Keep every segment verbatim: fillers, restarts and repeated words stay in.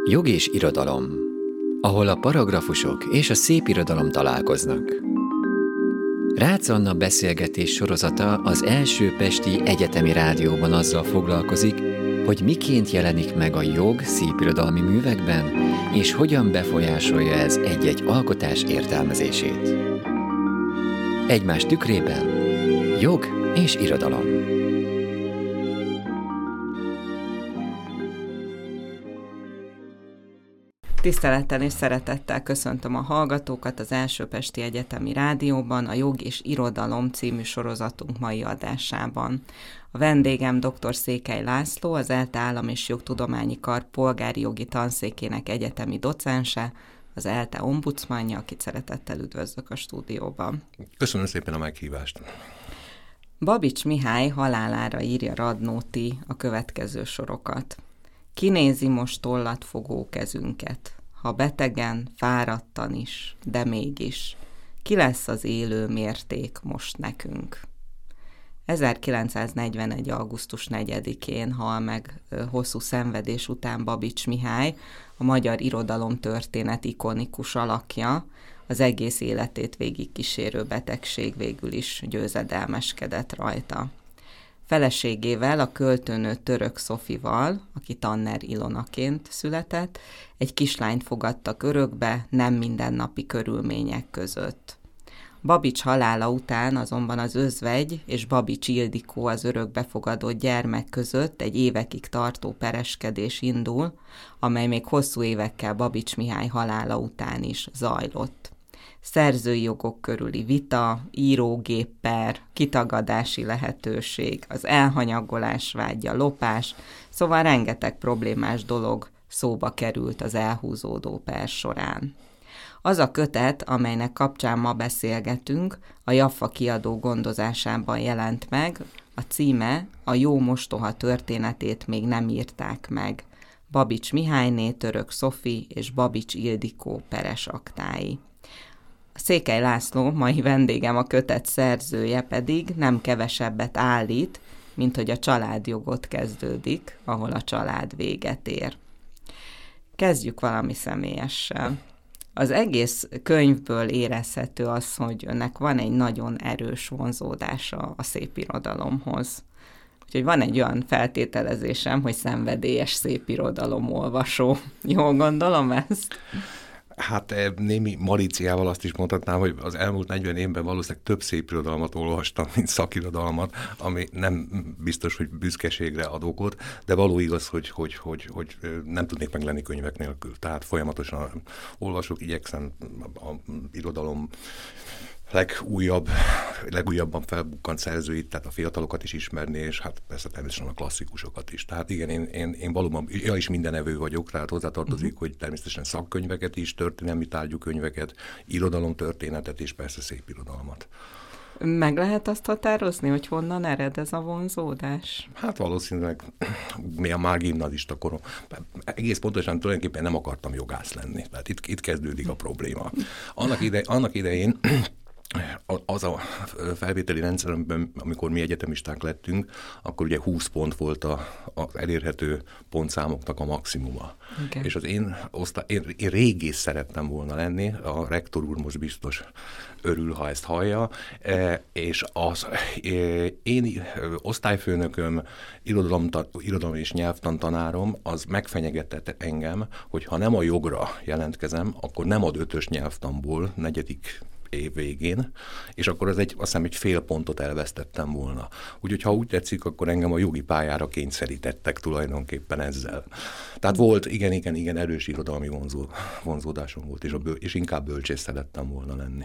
Jog és irodalom, ahol a paragrafusok és a szép irodalom találkoznak. Rácz Anna beszélgetés sorozata az első pesti egyetemi rádióban azzal foglalkozik, hogy miként jelenik meg a jog szépirodalmi művekben, és hogyan befolyásolja ez egy-egy alkotás értelmezését. Egymás tükrében jog és irodalom. Tisztelettel és szeretettel köszöntöm a hallgatókat az első pesti egyetemi rádióban, a Jog és Irodalom című sorozatunk mai adásában. A vendégem dr. Székely László, az ELTE Állam- és Jogtudományi Kar polgári jogi tanszékének egyetemi docense, az ELTE ombudsmanja, akit szeretettel üdvözlök a stúdióban. Köszönöm szépen a meghívást. Babics Mihály halálára írja Radnóti a következő sorokat. Kinézi most tollatfogó kezünket, ha betegen, fáradtan is, de mégis. Ki lesz az élő mérték most nekünk? ezerkilencszáznegyvenegy. augusztus negyedikén hal meg hosszú szenvedés után Babics Mihály, a magyar irodalomtörténet ikonikus alakja, az egész életét végigkísérő betegség végül is győzedelmeskedett rajta. Feleségével, a költőnő Török Szofival, aki Tanner Ilonaként született, egy kislányt fogadtak örökbe nem mindennapi körülmények között. Babics halála után azonban az özvegy és Babics Ildikó az örökbefogadott gyermek között egy évekig tartó pereskedés indul, amely még hosszú évekkel Babics Mihály halála után is zajlott. Szerzői jogok körüli vita, írógépper, kitagadási lehetőség, az elhanyagolás vágya, lopás, szóval rengeteg problémás dolog szóba került az elhúzódó per során. Az a kötet, amelynek kapcsán ma beszélgetünk, a Jaffa kiadó gondozásában jelent meg, a címe A jó mostoha történetét még nem írták meg. Babics Mihályné, Török Szofi és Babics Ildikó peres aktái. Székely László, mai vendégem, a kötet szerzője pedig nem kevesebbet állít, mint hogy a családjogot kezdődik, ahol a család véget ér. Kezdjük valami személyessel. Az egész könyvből érezhető az, hogy önnek van egy nagyon erős vonzódása a szépirodalomhoz. Úgyhogy van egy olyan feltételezésem, hogy szenvedélyes szépirodalom olvasó. Jól gondolom ezt? Hát némi malíciával azt is mondhatnám, hogy az elmúlt negyven évben valószínűleg több szépirodalmat olvastam, mint szakirodalmat, ami nem biztos, hogy büszkeségre ad okot, de való igaz, hogy, hogy, hogy, hogy nem tudnék meg lenni könyvek nélkül. Tehát folyamatosan olvasok, igyekszem a irodalom legújabb, legújabban felbukkant szerzőit, tehát a fiatalokat is ismerni, és hát persze természetesen a klasszikusokat is. Tehát igen, én, én, én valóban, ja is mindenevő vagyok, tehát hozzátartozik, uh-huh. hogy természetesen szakkönyveket is, történelmi tárgyú könyveket, irodalomtörténetet és persze szép irodalmat. Meg lehet azt határozni, hogy honnan ered ez a vonzódás? Hát valószínűleg mi a már gimnazista korom. Egész pontosan tulajdonképpen nem akartam jogász lenni. Tehát itt, itt kezdődik a probléma. Annak, ide, annak idején az a felvételi rendszerben, amikor mi egyetemisták lettünk, akkor ugye húsz pont volt a, az elérhető pontszámoknak a maximuma. Okay. És az én, osztály, én, én régész szerettem volna lenni, a rektor úr most biztos örül, ha ezt hallja, és az én osztályfőnököm, irodalom, irodalom és nyelvtan tanárom, az megfenyegetett engem, hogy ha nem a jogra jelentkezem, akkor nem ad ötös nyelvtanból negyedik év végén, és akkor az egy, azt hiszem, egy fél pontot elvesztettem volna. Úgyhogy ha úgy tetszik, akkor engem a jogi pályára kényszerítettek tulajdonképpen ezzel. Tehát volt, igen, igen, igen, erős irodalmi vonzó, vonzódásom volt, és, a böl, és inkább bölcsész szerettem volna lenni.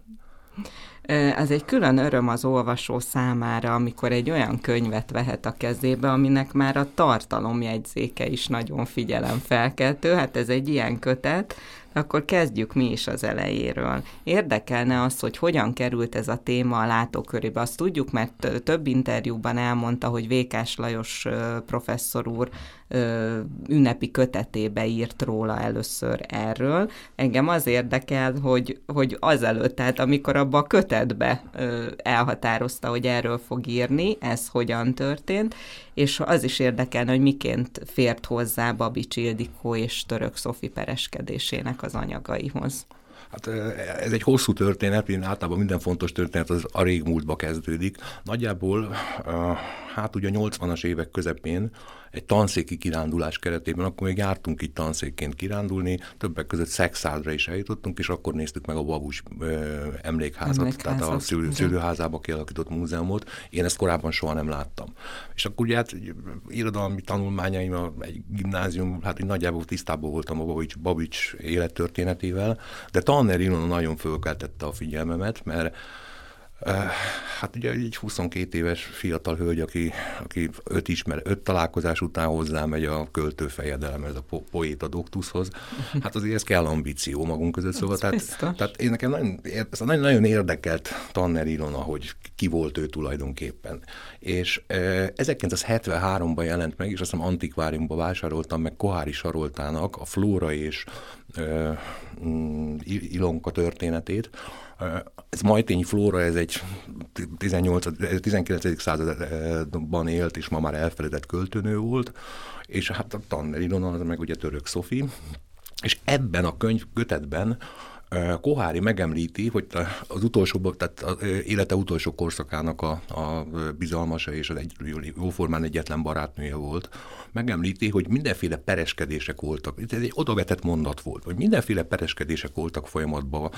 Ez egy külön öröm az olvasó számára, amikor egy olyan könyvet vehet a kezébe, aminek már a tartalomjegyzéke is nagyon figyelemfelkeltő. Hát ez egy ilyen kötet, akkor kezdjük mi is az elejéről. Érdekelne az, hogy hogyan került ez a téma a látókörébe. Azt tudjuk, mert több interjúban elmondta, hogy Vékás Lajos professzor úr ünnepi kötetébe írt róla először erről. Engem az érdekel, hogy, hogy azelőtt, tehát amikor abba a kötetbe elhatározta, hogy erről fog írni, ez hogyan történt, és az is érdekelne, hogy miként fért hozzá Babics Ildikó és Török Szofi pereskedésének az anyagaihoz. Hát ez egy hosszú történet, én általában minden fontos történet az a régmúltba kezdődik. Nagyjából, hát ugye a nyolcvanas évek közepén egy tanszéki kirándulás keretében, akkor még jártunk így tanszékként kirándulni, többek között Szexádra is eljutottunk, és akkor néztük meg a Babus emlékházat, emlékházat, tehát a szülő, szülőházába kialakított múzeumot. Én ezt korábban soha nem láttam. És akkor ugye hát irodalmi tanulmányaim, egy gimnázium, hát így nagyjából tisztában voltam a Babics, Babics élettörténetével, de Tanner Ilona nagyon fölkeltette a figyelmemet, mert hát ugye egy huszonkét éves fiatal hölgy, aki, aki öt ismer, öt találkozás után hozzámegy a költő fejedelemhez, a po- poéta doktuszhoz, hát azért ez kell ambíció magunk között, szóval tehát, tehát én nekem nagyon, nagyon, nagyon érdekelt Tanner Ilona, hogy ki volt ő tulajdonképpen. És ezerkilencszázhetvenháromban jelent meg, és azt hiszem antikváriumban vásároltam meg Koháry Saroltának a Flóra és Ilonka történetét. Ez Majtényi Flóra, ez egy tizenkilencedik században élt, és ma már elfeledett költőnő volt, és hát a Tanner Ilona, az meg ugye Török Szofi, és ebben a könyv kötetben Koháry megemlíti, hogy az utolsó, tehát az élete utolsó korszakának a, a bizalmasa és az egy, jóformán egyetlen barátnője volt, megemlíti, hogy mindenféle pereskedések voltak. Ez egy odavetett mondat volt, hogy mindenféle pereskedések voltak folyamatban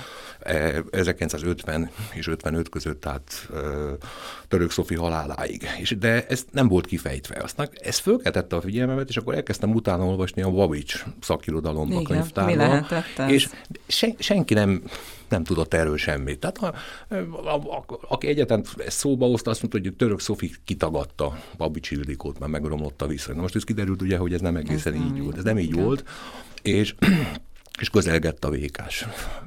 ezerkilencszázötven és ötvenöt között, tehát Török Szofi haláláig. És de ez nem volt kifejtve. Aztán ez fölkeltette a figyelmemet, és akkor elkezdtem utána olvasni a Babics szakirodalomba, könyvtárba. És sen, senki nem, nem tudott erről semmit. Tehát a, a, a, aki egyetlen szóba hozta, azt mondta, hogy Török Szofi kitagadta Babics Ildikót, mert megromlott a viszony. Na most ez kiderült ugye, hogy ez nem egészen ez így nem volt. Ez nem így igen. volt. És és közelgett a vékás.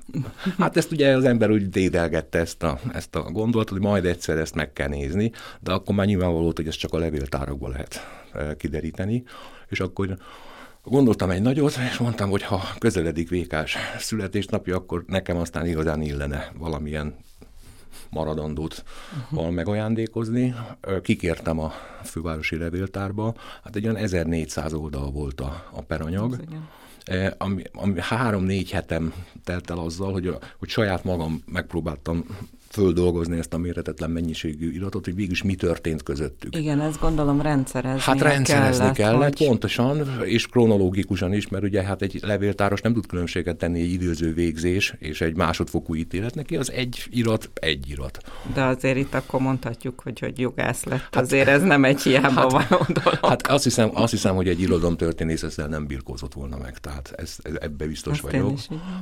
Hát ezt ugye az ember úgy dédelgette ezt a, ezt a gondolatot, hogy majd egyszer ezt meg kell nézni, de akkor már nyilvánvaló volt, hogy ezt csak a levéltárakban lehet kideríteni, és akkor gondoltam egy nagyot, és mondtam, hogy ha közeledik vékás születésnapja, akkor nekem aztán igazán illene valamilyen maradandót uh-huh. megajándékozni. Kikértem a fővárosi levéltárba, hát egy olyan ezernégyszáz oldal volt a, a peranyag, ami, ami három-négy hetem telt el azzal, hogy, a, hogy saját magam megpróbáltam földolgozni ezt a méretetlen mennyiségű iratot, hogy végülis mi történt közöttük. Igen, ezt gondolom rendszerezni Hát rendszerezni kellett, kellett hogy... pontosan, és kronológikusan is, mert ugye hát egy levéltáros nem tud különbséget tenni egy időző végzés és egy másodfokú ítélet, neki az egy irat, egy irat. De azért itt akkor mondhatjuk, hogy, hogy jogász lett, hát, azért ez nem egy hiába hát, való dolog. Hát azt hiszem, azt hiszem, hogy egy irodalomtörténész ezzel nem birkózott volna meg, tehát ez, ez, ebbe biztos azt vagyok.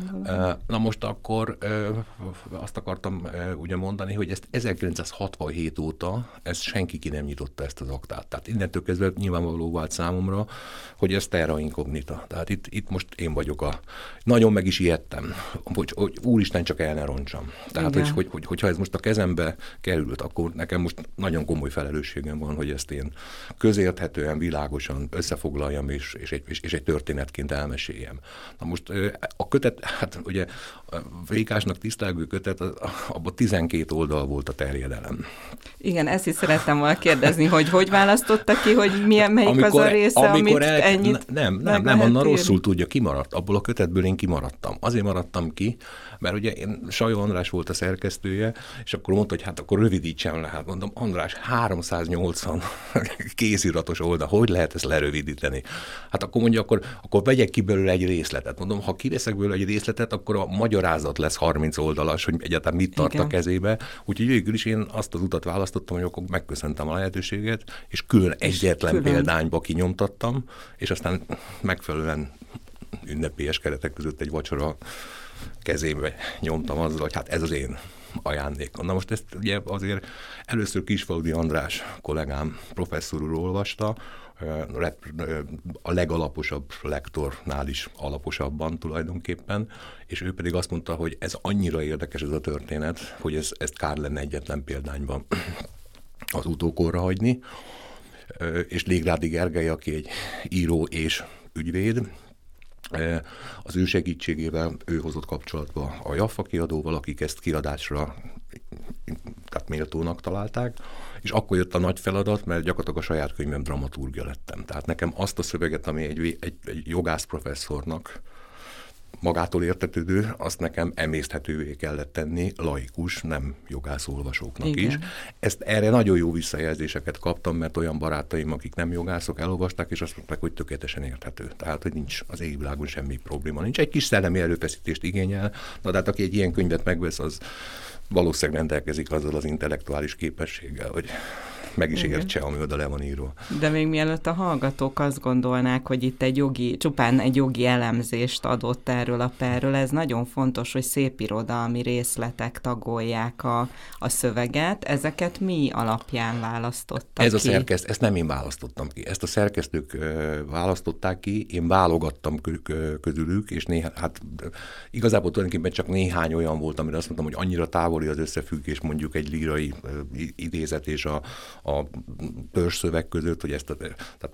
Na most akkor azt akartam ugye mondani, hogy ezt ezerkilencszázhatvanhét óta ezt senki ki nem nyitotta ezt az aktát. Tehát innentől kezdve nyilvánvaló vált számomra, hogy ez terra incognita. Tehát itt, itt most én vagyok a... Nagyon meg is ijedtem, hogy, hogy úristen, csak el ne roncsam. Tehát, hogy, hogy, hogy, hogyha ez most a kezembe került, akkor nekem most nagyon komoly felelősségem van, hogy ezt én közérthetően, világosan összefoglaljam, és, és, egy, és, és egy történetként elmeséljem. Na most a kötet, hát ugye a Vékásnak tisztelgő kötet, abban tizenkét oldal volt a terjedelem. Igen, ezt is szerettem volna kérdezni, hogy hogy választotta ki, hogy milyen, melyik amikor, az a része, amit el, ennyit Nem, nem, nem, onnan rosszul tudja, kimaradt. Abból a kötetből én kimaradtam. Azért maradtam ki, mert ugye én Sajó András volt a szerkesztője, és akkor mondta, hogy hát akkor rövidítsem le. Hát mondom, András, háromszáznyolcvan kéziratos oldal, hogy lehet ezt lerövidíteni? Hát akkor mondja, akkor, akkor vegyek ki belőle egy részletet. Mondom, ha kiveszek belőle egy részletet, akkor a magyarázat lesz harminc oldalas, hogy egyáltalán mit tart igen. a kezébe. Úgyhogy végül is én azt az utat választottam, hogy akkor megköszöntem a lehetőséget, és külön és egyetlen külön. példányba kinyomtattam, és aztán megfelelően ünnepélyes keretek között egy vacsora kezébe nyomtam azzal, hogy hát ez az én ajándékom. Na most ezt ugye azért először Kisfaludy András kollégám, professzor úr olvasta, a legalaposabb lektornál is alaposabban tulajdonképpen, és ő pedig azt mondta, hogy ez annyira érdekes ez a történet, hogy ez, ezt kár lenne egyetlen példányban az utókorra hagyni, és Légrádi Gergely, aki egy író és ügyvéd, az ő segítségével ő hozott kapcsolatba a Jaffa kiadóval, akik ezt kiadásra tehát méltónak találták, és akkor jött a nagy feladat, mert gyakorlatilag a saját könyvem dramaturgia lettem. Tehát nekem azt a szöveget, ami egy, egy, egy jogász professzornak magától értetődő, azt nekem emészthetővé kellett tenni laikus, nem jogász olvasóknak Igen. is. Ezt erre nagyon jó visszajelzéseket kaptam, mert olyan barátaim, akik nem jogászok, elolvasták, és azt mondták, hogy tökéletesen érthető. Tehát, hogy nincs az égvilágon semmi probléma. Nincs, egy kis szellemi erőfeszítést igényel, na de hát aki egy ilyen könyvet megvesz, az valószínűleg rendelkezik azzal az intellektuális képességgel, hogy meg is értse, ami oda le van írva. De még mielőtt a hallgatók azt gondolnák, hogy itt egy jogi, csupán egy jogi elemzést adott erről a perről, ez nagyon fontos, hogy szépirodalmi részletek tagolják a, a szöveget. Ezeket mi alapján választottak Ez ki? a szerkeszt, ezt nem én választottam ki. Ezt a szerkesztők uh, választották ki, én válogattam közülük, és néha, hát igazából tulajdonképpen csak néhány olyan volt, amire azt mondtam, hogy annyira távoli az összefüggés, mondjuk egy lírai uh, idézet és a a törzsszöveg között, hogy ezt a, tehát,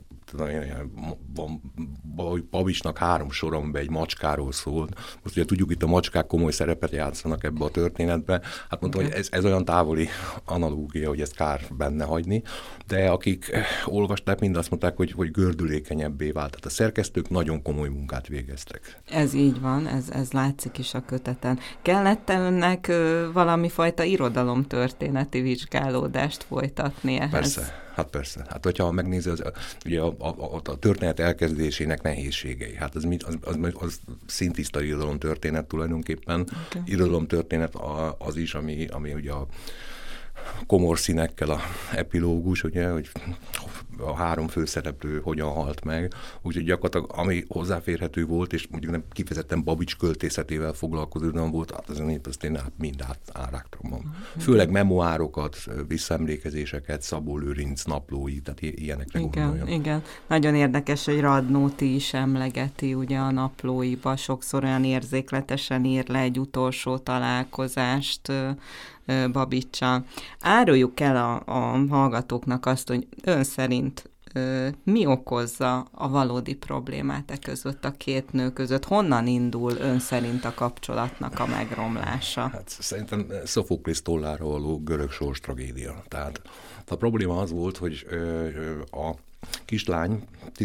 Babicsnak három soron be egy macskáról szól. Most ugye tudjuk, itt a macskák komoly szerepet játszanak ebbe a történetbe. Hát mondtam, okay. hogy ez, ez olyan távoli analógia, hogy ezt kár benne hagyni, de akik olvasták, mind azt mondták, hogy, hogy gördülékenyebbé vált. Tehát a szerkesztők nagyon komoly munkát végeztek. Ez így van, ez, ez látszik is a köteten. Kellett-e önnek ö, valami fajta irodalomtörténeti vizsgálódást folytatni ehhez? Persze. Hát persze. Hát hogyha megnézi, az, ugye a, a, a, a történet elkezdésének nehézségei. Hát az, az, az, az szintiszta irodalomtörténet tulajdonképpen. Okay. Irodalomtörténet az is, ami, ami ugye a komor színekkel a epilógus, ugye, hogy a három főszereplő hogyan halt meg, úgyhogy gyakorlatilag ami hozzáférhető volt, és mondjuk nem kifejezetten Babics költészetével foglalkozó nem volt, hát az azt én mind át, árágtam. Uh-huh. Főleg memoárokat, visszaemlékezéseket, Szabó Lőrinc naplói, tehát ilyenekre igen, gondoljon. Igen, nagyon érdekes, hogy Radnóti is emlegeti ugye a naplóiba, sokszor olyan érzékletesen ír le egy utolsó találkozást Babiccsal. Áruljuk el a, a hallgatóknak azt, hogy ön szerint ö, mi okozza a valódi problémát e között, a két nő között? Honnan indul ön szerint a kapcsolatnak a megromlása? Hát szerintem Szofoklész tollára való görög sors tragédia. Tehát a probléma az volt, hogy ö, a kislány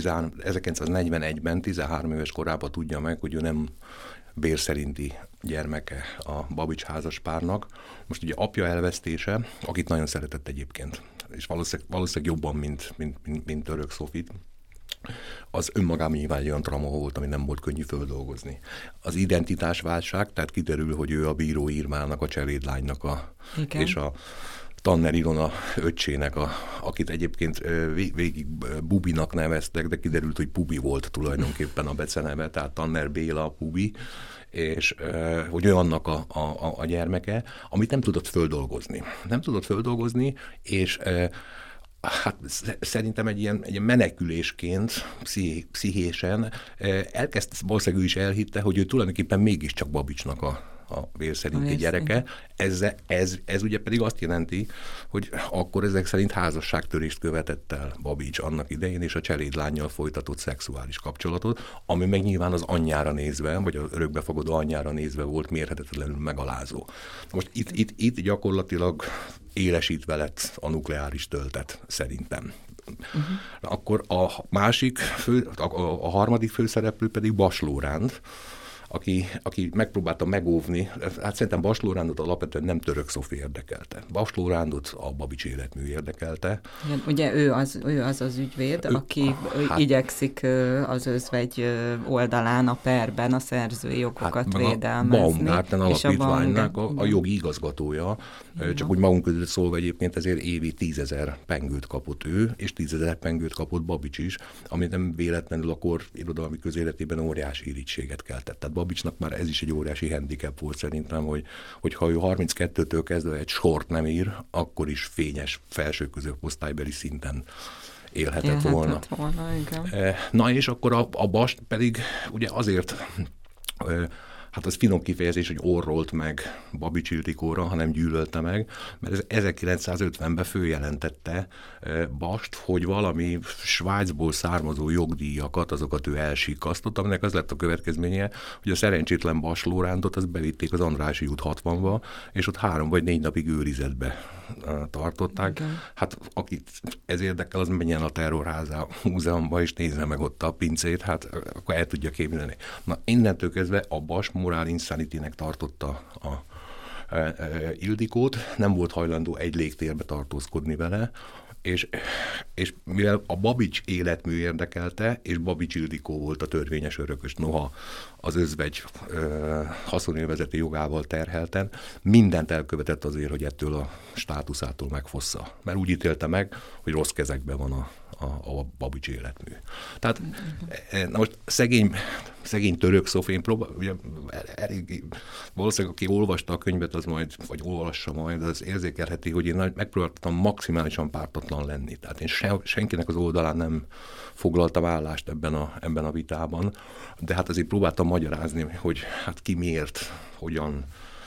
ezerkilencszáznegyvenegyben tizenhárom éves korában tudja meg, hogy ő nem bér szerinti gyermeke a Babics házaspárnak. Most ugye apja elvesztése, akit nagyon szeretett egyébként, és valószínűleg, valószínűleg jobban, mint, mint, mint, mint Török Szofit, az önmagában nyilván egy olyan trauma volt, ami nem volt könnyű földolgozni. Az identitásválság, tehát kiderül, hogy ő a Bíró Irmának, a cselédlánynak a, és a Tanner Ilona öccsének, a, akit egyébként végig Bubinak neveztek, de kiderült, hogy Pubi volt tulajdonképpen a beceneve, tehát Tanner Béla Pubi, és hogy ő annak a, a, a gyermeke, amit nem tudott földolgozni. Nem tudott földolgozni, és hát szerintem egy ilyen, egy ilyen menekülésként, pszichésen elkezdte, valószínűleg ő is elhitte, hogy ő tulajdonképpen mégiscsak Babicsnak a a vérszerinti gyereke. Ez, ez, ez ugye pedig azt jelenti, hogy akkor ezek szerint házasságtörést követett el Babics annak idején, és a cselédlánnyal folytatott szexuális kapcsolatot, ami meg nyilván az anyjára nézve, vagy az örökbefogadó anyjára nézve volt mérhetetlenül megalázó. Most itt, itt, itt gyakorlatilag élesítve lett a nukleáris töltet, szerintem. Uh-huh. Akkor a másik, fő, a, a harmadik főszereplő pedig Bas Lóránd, Aki, aki megpróbálta megóvni, hát szerintem Bas Lórándot alapvetően nem Török Szofi érdekelte. Bas Lórándot a Babics életmű érdekelte. Igen, ugye ő az, ő az az ügyvéd, ő, aki hát, igyekszik az özvegy oldalán a perben a szerzői jogokat hát, védelmezni. Baumgarten alapítványnak a, a jogi igazgatója, igen. Csak úgy magunk között szólva egyébként ezért évi tízezer pengőt kapott ő, és tízezer pengőt kapott Babics is, ami nem véletlenül a kor irodalmi közéletében óriási irítséget keltett. Tehát Babicsnak már ez is egy óriási handicap volt szerintem, hogy, hogy ha ő harminckettőtől kezdve egy sort nem ír, akkor is fényes felső középosztálybeli szinten élhetett, élhetett volna. volna igen. Na és akkor a, a Bast pedig ugye azért, hát az finom kifejezés, hogy orrolt meg Babics Ildikóra, hanem gyűlölte meg, mert ez ezerkilencszázötvenben följelentette Bast, hogy valami Svájcból származó jogdíjakat, azokat ő elsikasztott, aminek az lett a következménye, hogy a szerencsétlen Bas Lórándot az bevitték az Andrássy út hatvanba, és ott három vagy négy napig őrizetbe tartották. Igen. Hát akit ez érdekel, az menjen a Terrorháza múzeumba, és nézze meg ott a pincét, hát akkor el tudja képzelni. Na, innentől kezdve a Bas moral insanity-nek tartotta a, a, a Ildikót, nem volt hajlandó egy légtérbe tartózkodni vele, És, és mivel a Babics életmű érdekelte, és Babics Ildikó volt a törvényes örökös, noha az özvegy ö, haszonélvezeti jogával terhelten, mindent elkövetett azért, hogy ettől a státuszától megfossza. Mert úgy ítélte meg, hogy rossz kezekben van a, a, a Babics életmű. Tehát na most szegény, szegény török Szofén próbál, ugye, elég, valószínűleg aki olvasta a könyvet, az majd, vagy olvassa majd, az érzékelheti, hogy én megpróbáltam maximálisan pártatlan lenni. Tehát én se, senkinek az oldalán nem foglaltam állást ebben a, ebben a vitában, de hát azért próbáltam magyarázni, hogy hát ki miért, hogyan,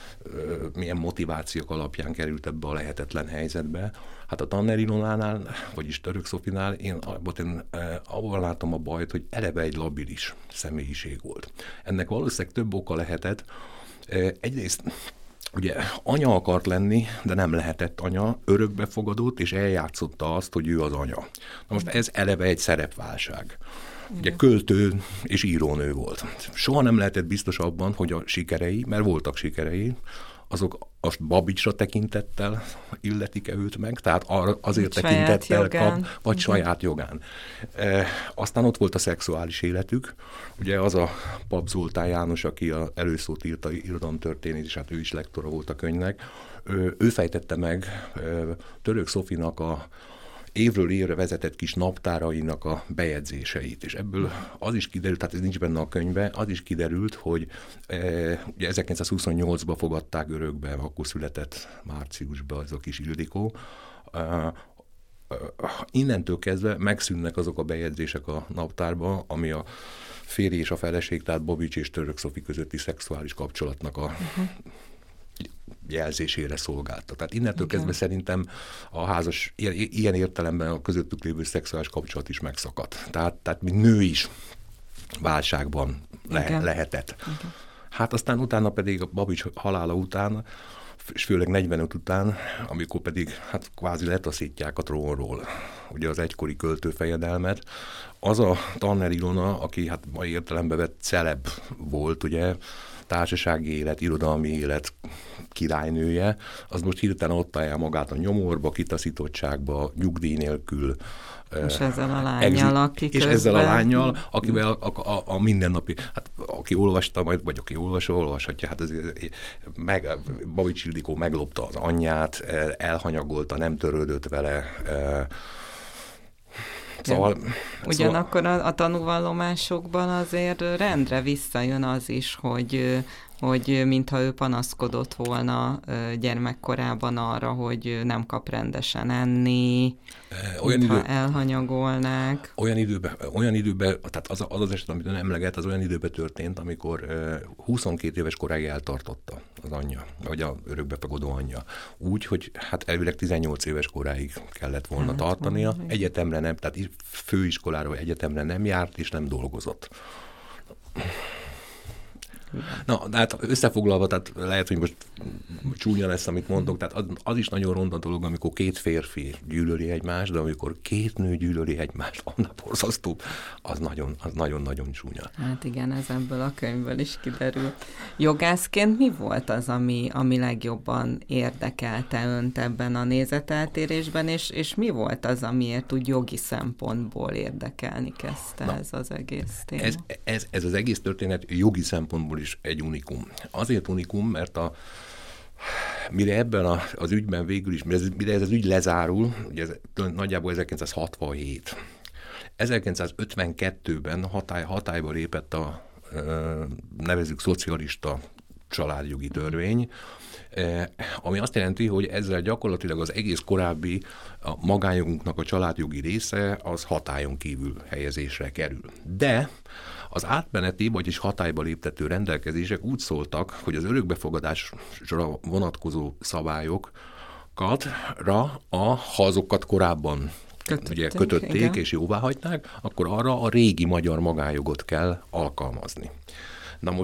milyen motivációk alapján került ebbe a lehetetlen helyzetbe. Hát a Tanner Ilonánál, vagyis Török Szofinál, én abban abban látom a bajt, hogy eleve egy labilis személyiség volt. Ennek valószínűleg több oka lehetett. Egyrészt ugye anya akart lenni, de nem lehetett anya, örökbefogadott, és eljátszotta azt, hogy ő az anya. Na most ez eleve egy szerepválság. Ugye költő és írónő volt. Soha nem lehetett biztos abban, hogy a sikerei, mert voltak sikerei, azok azt Babicsra tekintettel illetik-e őt meg, tehát arra azért saját tekintettel jogán. kap, vagy uh-huh. saját jogán. E, aztán ott volt a szexuális életük. Ugye az a Pap Zoltán János, aki a előszót írta, irodalomtörténész, és hát ő is lektora volt a könyvnek, ő, ő fejtette meg Török Szofinak a évről évre vezetett kis naptárainak a bejegyzéseit, és ebből az is kiderült, tehát ez nincs benne a könyvben, az is kiderült, hogy e, ugye ezerkilencszázhuszonnyolcban fogadták örökbe, akkor született márciusban az a kis Ildikó. E, e, innentől kezdve megszűnnek azok a bejegyzések a naptárban, ami a férj és a feleség, tehát Babics és Török Szofi közötti szexuális kapcsolatnak a uh-huh. jelzésére szolgálta. Tehát innentől kezdve szerintem a házas, ilyen értelemben a közöttük lévő szexuális kapcsolat is megszakadt. Tehát, tehát mint nő is válságban le, lehetett. Igen. Hát aztán utána pedig a Babics halála után, és főleg negyvenöt után, amikor pedig hát kvázi letaszítják a trónról, ugye az egykori költőfejedelmet, az a Tanner Ilona, aki hát mai értelemben vett celeb volt, ugye, társasági élet, irodalmi élet királynője, az most hirtelen ott találja magát a nyomorba, kitaszítottságba, nyugdíj nélkül. És ezzel a lánnyal, aki És közben... ezzel a lánnyal, akivel a, a, a mindennapi, hát aki olvasta majd, vagy aki olvasó, olvashatja, hát ez, meg, Babics Ildikó meglopta az anyját, elhanyagolta, nem törődött vele, Szóval, Ugyanakkor szóval... a, a tanúvallomásokban azért rendre visszajön az is, hogy, hogy mintha ő panaszkodott volna gyermekkorában arra, hogy nem kap rendesen enni, olyan mintha idő... elhanyagolnák. Olyan időben, olyan időben, tehát az az, az eset, amit ön emleget, az olyan időben történt, amikor huszonkét éves koráig eltartotta az anyja, vagy a örökbefogadó anyja. Úgy, hogy hát elvileg tizennyolc éves koráig kellett volna hát, tartania, van, egyetemre nem, tehát főiskolára vagy egyetemre nem járt, és nem dolgozott. Na, de hát összefoglalva, tehát lehet, hogy most csúnya lesz, amit mondok, tehát az, az is nagyon ronda dolog, amikor két férfi gyűlöli egymást, de amikor két nő gyűlöli egymást, annál borzasztóbb, az nagyon, az nagyon-nagyon csúnya. Hát igen, ez ebből a könyvből is kiderül. Jogászként mi volt az, ami, ami legjobban érdekelte önt ebben a nézeteltérésben, és, és mi volt az, amiért úgy jogi szempontból érdekelni kezdte Na, ez az egész téma? Ez, ez, ez az egész történet jogi szempontból is egy unikum. Azért unikum, mert a, mire ebben a, az ügyben végül is, mire ez, mire ez az ügy lezárul, ugye ez nagyjából ezerkilencszázhatvanhét. ezerkilencszázötvenkettőben hatály, hatályba lépett a nevezzük szocialista családjogi törvény, ami azt jelenti, hogy ezzel gyakorlatilag az egész korábbi a magánjogunknak a családjogi része az hatályon kívül helyezésre kerül. De az átmeneti, vagyis hatályba léptető rendelkezések úgy szóltak, hogy az örökbefogadásra vonatkozó szabályokat, a, ha azokat korábban kötötték, ugye, kötötték és jóváhagyták, akkor arra a régi magyar magánjogot kell alkalmazni. Na most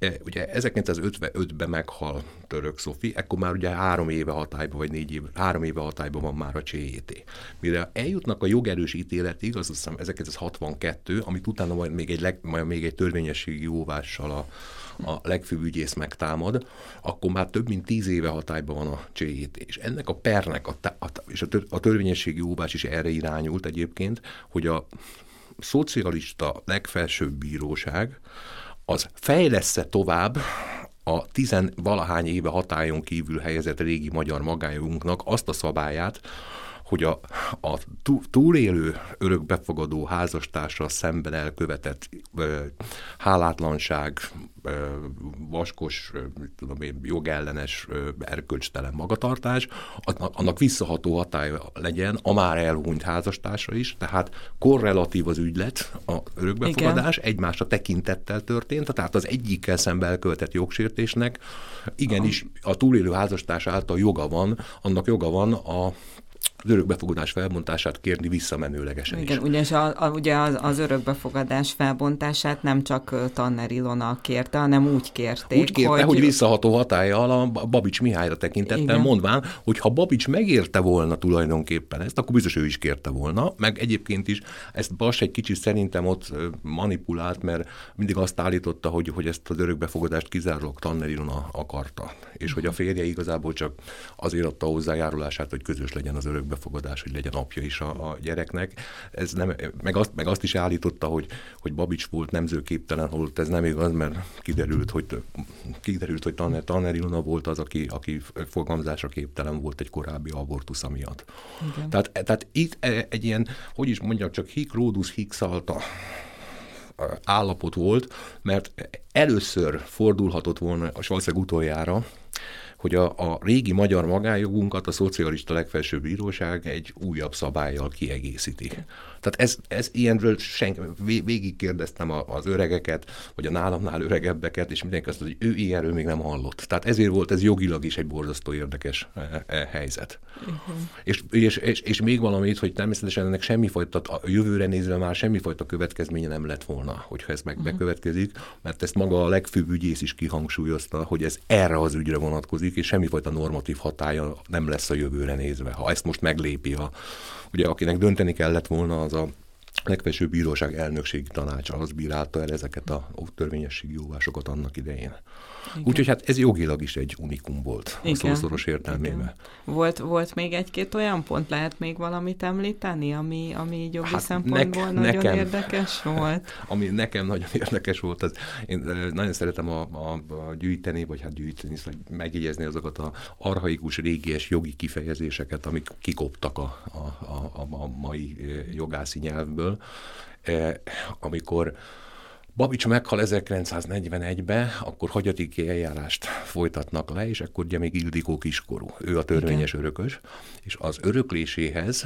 ugye ezerkilencszázötvenötben meghal Török Szofi, ekkor már ugye három éve hatályban, vagy négy éve, három éve hatályban van már a cé é té. Mire eljutnak a jogerős ítéletig, az azt hiszem ezerkilencszázhatvankettő, amit utána majd még egy, leg, majd még egy törvényességi jóvással a, a legfőbb ügyész megtámad, akkor már több mint tíz éve hatályban van a cé é té. És ennek a pernek, a, a, és a, tör, a törvényességi jóvás is erre irányult egyébként, hogy a szocialista legfelsőbb bíróság az fejlessze tovább a tizenvalahány éve hatályon kívül helyezett régi magyar magánjogunknak azt a szabályát, hogy a, a túlélő örökbefogadó házastársal szemben elkövetett ö, hálátlanság, ö, vaskos, ö, tudom én, jogellenes, ö, erkölcstelen magatartás, annak visszaható hatály legyen a már elhunyt házastársa is, tehát korrelatív az ügylet, a örökbefogadás, igen, egymásra tekintettel történt, tehát az egyikkel szemben elkövetett jogsértésnek igenis a túlélő házastárs által joga van, annak joga van a az örökbefogadás felbontását kérni visszamenőlegesen is. Igen, ugyanis a, a, ugye az, az örökbefogadás felbontását nem csak Tanner Ilona kérte, hanem úgy kérték, Úgy kérte, hogy, hogy visszaható hatállyal a Babics Mihályra tekintettel, igen, mondván, hogy ha Babics megérte volna tulajdonképpen ezt, akkor biztos ő is kérte volna, meg egyébként is ezt Bas egy kicsit szerintem ott manipulált, mert mindig azt állította, hogy, hogy ezt az örökbefogadást kizárólag Tanner Ilona akarta, és uh-huh. hogy a férje igazából csak azért adta hozzájárulását, hogy közös legyen az örökbefogadás, hogy legyen apja is a, a gyereknek. Ez nem, meg, azt, meg azt is állította, hogy, hogy Babics volt nemzőképtelen, holott ez nem igaz, mert kiderült, hogy, kiderült, hogy Tanner, Tanner Ilona volt az, aki, aki fogamzásra képtelen volt egy korábbi abortusza miatt. Tehát, tehát itt egy ilyen, hogy is mondjam, csak hic Rhodus hic salta állapot volt, mert először fordulhatott volna, és valószínűleg utoljára, hogy a, a régi magyar magánjogunkat a szocialista legfelsőbb bíróság egy újabb szabállyal kiegészíti. Tehát ez, ez ilyenről senki, végig kérdeztem az öregeket, vagy a nálamnál öregebbeket, és mindenki azt mondta, hogy ő ilyenről még nem hallott. Tehát ezért volt ez jogilag is egy borzasztó érdekes e, e, helyzet. Uh-huh. És, és, és, és még valamit, hogy természetesen ennek semmifajta, a jövőre nézve már semmifajta következménye nem lett volna, hogyha ez meg uh-huh. bekövetkezik, mert ezt maga a legfőbb ügyész is kihangsúlyozta, hogy ez erre az ügyre vonatkozik, és semmifajta normatív hatálya nem lesz a jövőre nézve. Ha ezt most meglépi, a, ugye akinek dönteni kellett volna, az a legfelsőbb bíróság elnökségi tanácsa, az bírálta el ezeket a törvényességi jóvásokat annak idején. Úgyhogy hát ez jogilag is egy unikum volt, a szószoros értelmében. Volt, volt még egy-két olyan pont, lehet még valamit említeni, ami, ami jogi hát szempontból nek, nagyon nekem, érdekes volt? Ami nekem nagyon érdekes volt, az én nagyon szeretem a, a, a gyűjteni, vagy hát gyűjteni, szóval megjegyezni azokat az archaikus, régies jogi kifejezéseket, amik kikoptak a, a, a, a mai jogászi nyelvből, eh, amikor Babics meghal ezerkilencszáznegyvenegyben, akkor hagyatéki eljárást folytatnak le, és akkor ugye még Ildikó kiskorú. Ő a törvényes igen. örökös, és az örökléséhez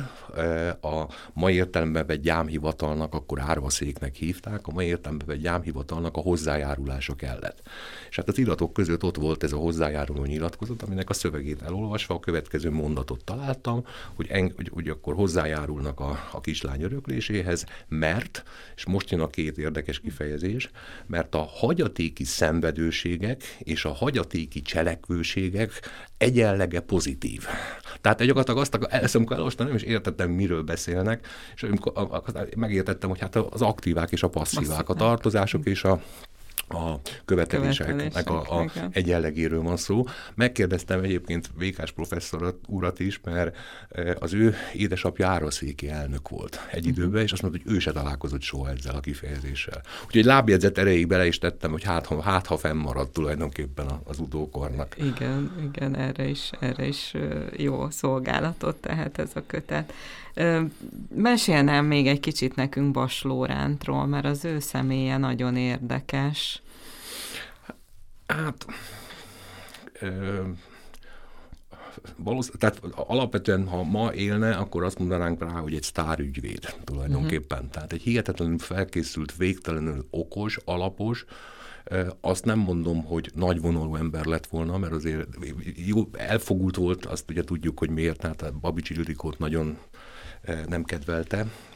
a mai értelemben vett gyámhivatalnak, akkor árvaszéknek hívták, a mai értelemben vett gyámhivatalnak a hozzájárulása kellett. És hát az iratok között ott volt ez a hozzájáruló nyilatkozat, aminek a szövegét elolvasva a következő mondatot találtam, hogy, en, hogy, hogy akkor hozzájárulnak a, a kislány örökléséhez, mert, és most jön a két érdekes kifejezés, mert a hagyatéki szenvedőségek és a hagyatéki cselekvőségek egyenlege pozitív. Tehát gyakorlatilag azt, ezt amikor elolvastam, nem is értettem, miről beszélnek, és amikor megértettem, hogy hát az aktívák és a passzívák, a tartozások és a a követeléseknek a, a egyenlegéről van szó. Megkérdeztem egyébként Vékás professzor urat is, mert az ő édesapja árvaszéki elnök volt egy időben, és azt mondta, hogy ő se találkozott soha ezzel a kifejezéssel. Úgyhogy lábjegyzet erejéig bele is tettem, hogy hát, hát ha fennmaradt tulajdonképpen az utókornak. Igen, igen, erre is, erre is jó szolgálatot tehet ez a kötet. Mesélnem még egy kicsit nekünk Bas Lórántról, mert az ő személye nagyon érdekes. Hát ö, valószínűleg, tehát alapvetően, ha ma élne, akkor azt mondanánk rá, hogy egy sztárügyvéd tulajdonképpen. Uh-huh. Tehát egy hihetetlenül felkészült, végtelenül okos, alapos, azt nem mondom, hogy nagyvonalú ember lett volna, mert azért jó, elfogult volt, azt ugye tudjuk, hogy miért, tehát Babics Ildikót nagyon nem kedvelte,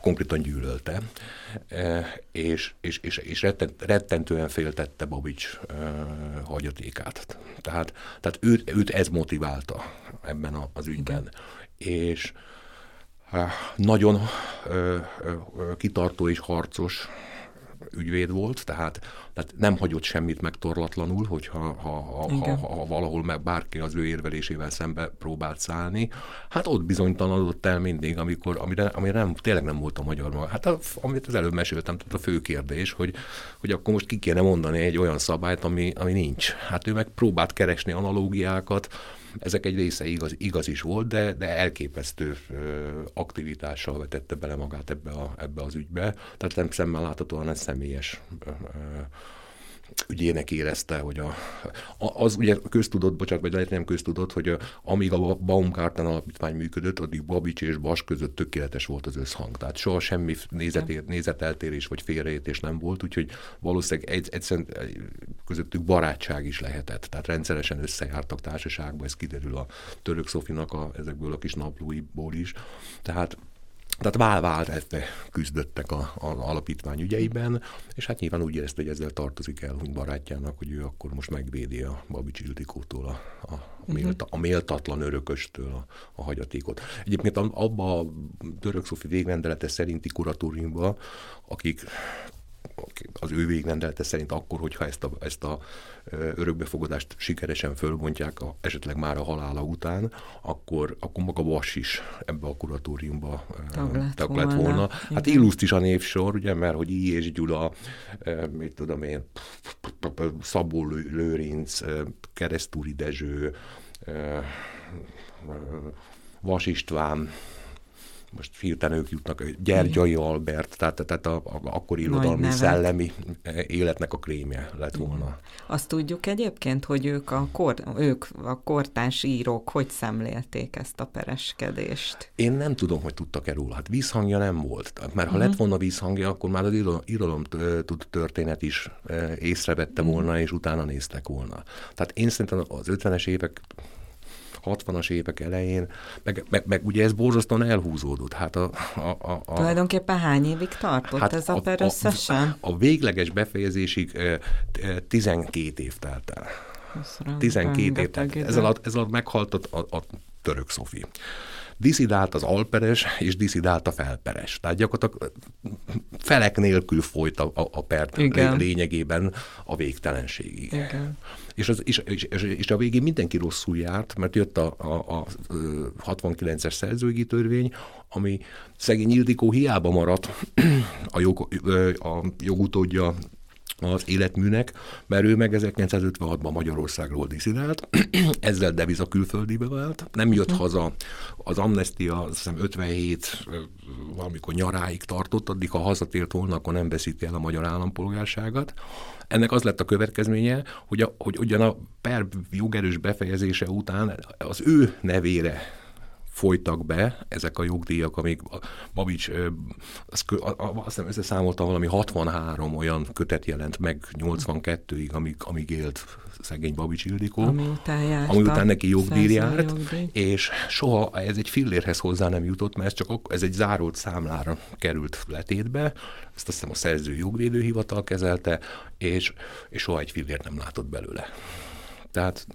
konkrétan gyűlölte, és, és, és, és rettent, rettentően féltette Babics hagyatékát. Tehát, tehát őt, őt ez motiválta ebben az ügyben. Igen. És nagyon ö, ö, kitartó és harcos ügyvéd volt, tehát, tehát nem hagyott semmit megtorlatlanul, hogyha ha, ha, ha, ha valahol meg bárki az ő érvelésével szembe próbált szállni. Hát ott bizonytalanodott el mindig, amikor, amire, amire nem, tényleg nem volt a magyar maga. Hát a, amit az előbb meséltem, tehát a fő kérdés, hogy, hogy akkor most ki kéne mondani egy olyan szabályt, ami, ami nincs. Hát ő meg próbált keresni analógiákat, ezek egy része igaz, igaz is volt, de, de elképesztő ö, aktivitással vetette bele magát ebbe, a, ebbe az ügybe. Tehát nem szemmel láthatóan ez személyes ö, ö, ügyének érezte, hogy a, az ugye köztudott, bocsánat, vagy lehet nem köztudott, hogy a, amíg a Baumgarten alapítvány működött, addig Babics és Bas között tökéletes volt az összhang. Tehát soha semmi nézet, nézeteltérés vagy félreértés nem volt, úgyhogy valószínűleg egy, egyszerűen közöttük barátság is lehetett. Tehát rendszeresen összejártak társaságba, ez kiderül a Török Szofinak a, ezekből a kis naplóiból is. Tehát Tehát vál-vált ebbe küzdöttek az alapítvány ügyeiben, és hát nyilván úgy érezte, hogy ezzel tartozik el, hogy barátjának, hogy ő akkor most megvédi a Babics Ildikótól, a, a, mélta, a méltatlan örököstől a, a hagyatékot. Egyébként abba a Török Szofi végrendelete szerinti kuratóriumban, akik az ő végrendelete szerint akkor, hogyha ezt a, ezt a örökbefogadást sikeresen fölbontják, a, esetleg már a halála után, akkor, akkor maga Bas is ebbe a kuratóriumba tag lett volna. Hát illusztris a névsor, ugye, mert hogy I. és Gyula, mit tudom én, Szabó Lőrinc, Keresztúri Dezső, Vas István, most hirtelen ők jutnak, Gyergyai Albert, tehát, tehát a, a akkori irodalmi szellemi életnek a krémje lett volna. Azt tudjuk egyébként, hogy ők a, kor, ők a kortárs írók hogy szemlélték ezt a pereskedést? Én nem tudom, hogy tudtak-e róla. Hát vízhangja nem volt. Mert ha uh-huh. lett volna vízhangja, akkor már az irodalom történet is észrevette uh-huh. volna, és utána néztek volna. Tehát én szerintem az ötvenes évek hatvanas évek elején, meg, meg, meg ugye ez borzasztóan elhúzódott. Hát a, a, a, a, Tulajdonképpen hány évig tartott hát ez a, a per összesen? A, a végleges befejezésig tizenkét év telt el. tizenkét év telt. Ez alatt, ez alatt meghalt a, a, a Török Szofi. Diszidált az alperes, és diszidált a felperes. Tehát gyakorlatilag felek nélkül folyt a, a per lényegében a végtelenségig. Igen. És, az, és, és, és a végén mindenki rosszul járt, mert jött a, a, a hatvankilences szerzőjogi törvény, ami szegény Ildikó hiába maradt a, jog, a jogutódja az életműnek, mert ő meg ezerkilencszázötvenhatban Magyarországról diszidált, ezzel deviza külföldibe vált, nem jött haza, az amnestia, azt hiszem ötvenhét valamikor nyaráig tartott, addig ha hazatért volna, akkor nem veszíti el a magyar állampolgárságát. Ennek az lett a következménye, hogy, a, hogy ugyan a per jogerős befejezése után az ő nevére folytak be ezek a jogdíjak, amíg Babics, azt hiszem összeszámoltam, valami hatvanhárom olyan kötet jelent meg nyolcvankettőig, amíg, amíg élt szegény Babics Ildikó, ami után, járta, ami után neki jogdíj járt, jogdíj. És soha ez egy fillérhez hozzá nem jutott, mert ez csak ez egy zárolt számlára került letétbe, ezt azt hiszem a szerző jogvédőhivatal kezelte, és, és soha egy fillért nem látott belőle. Tehát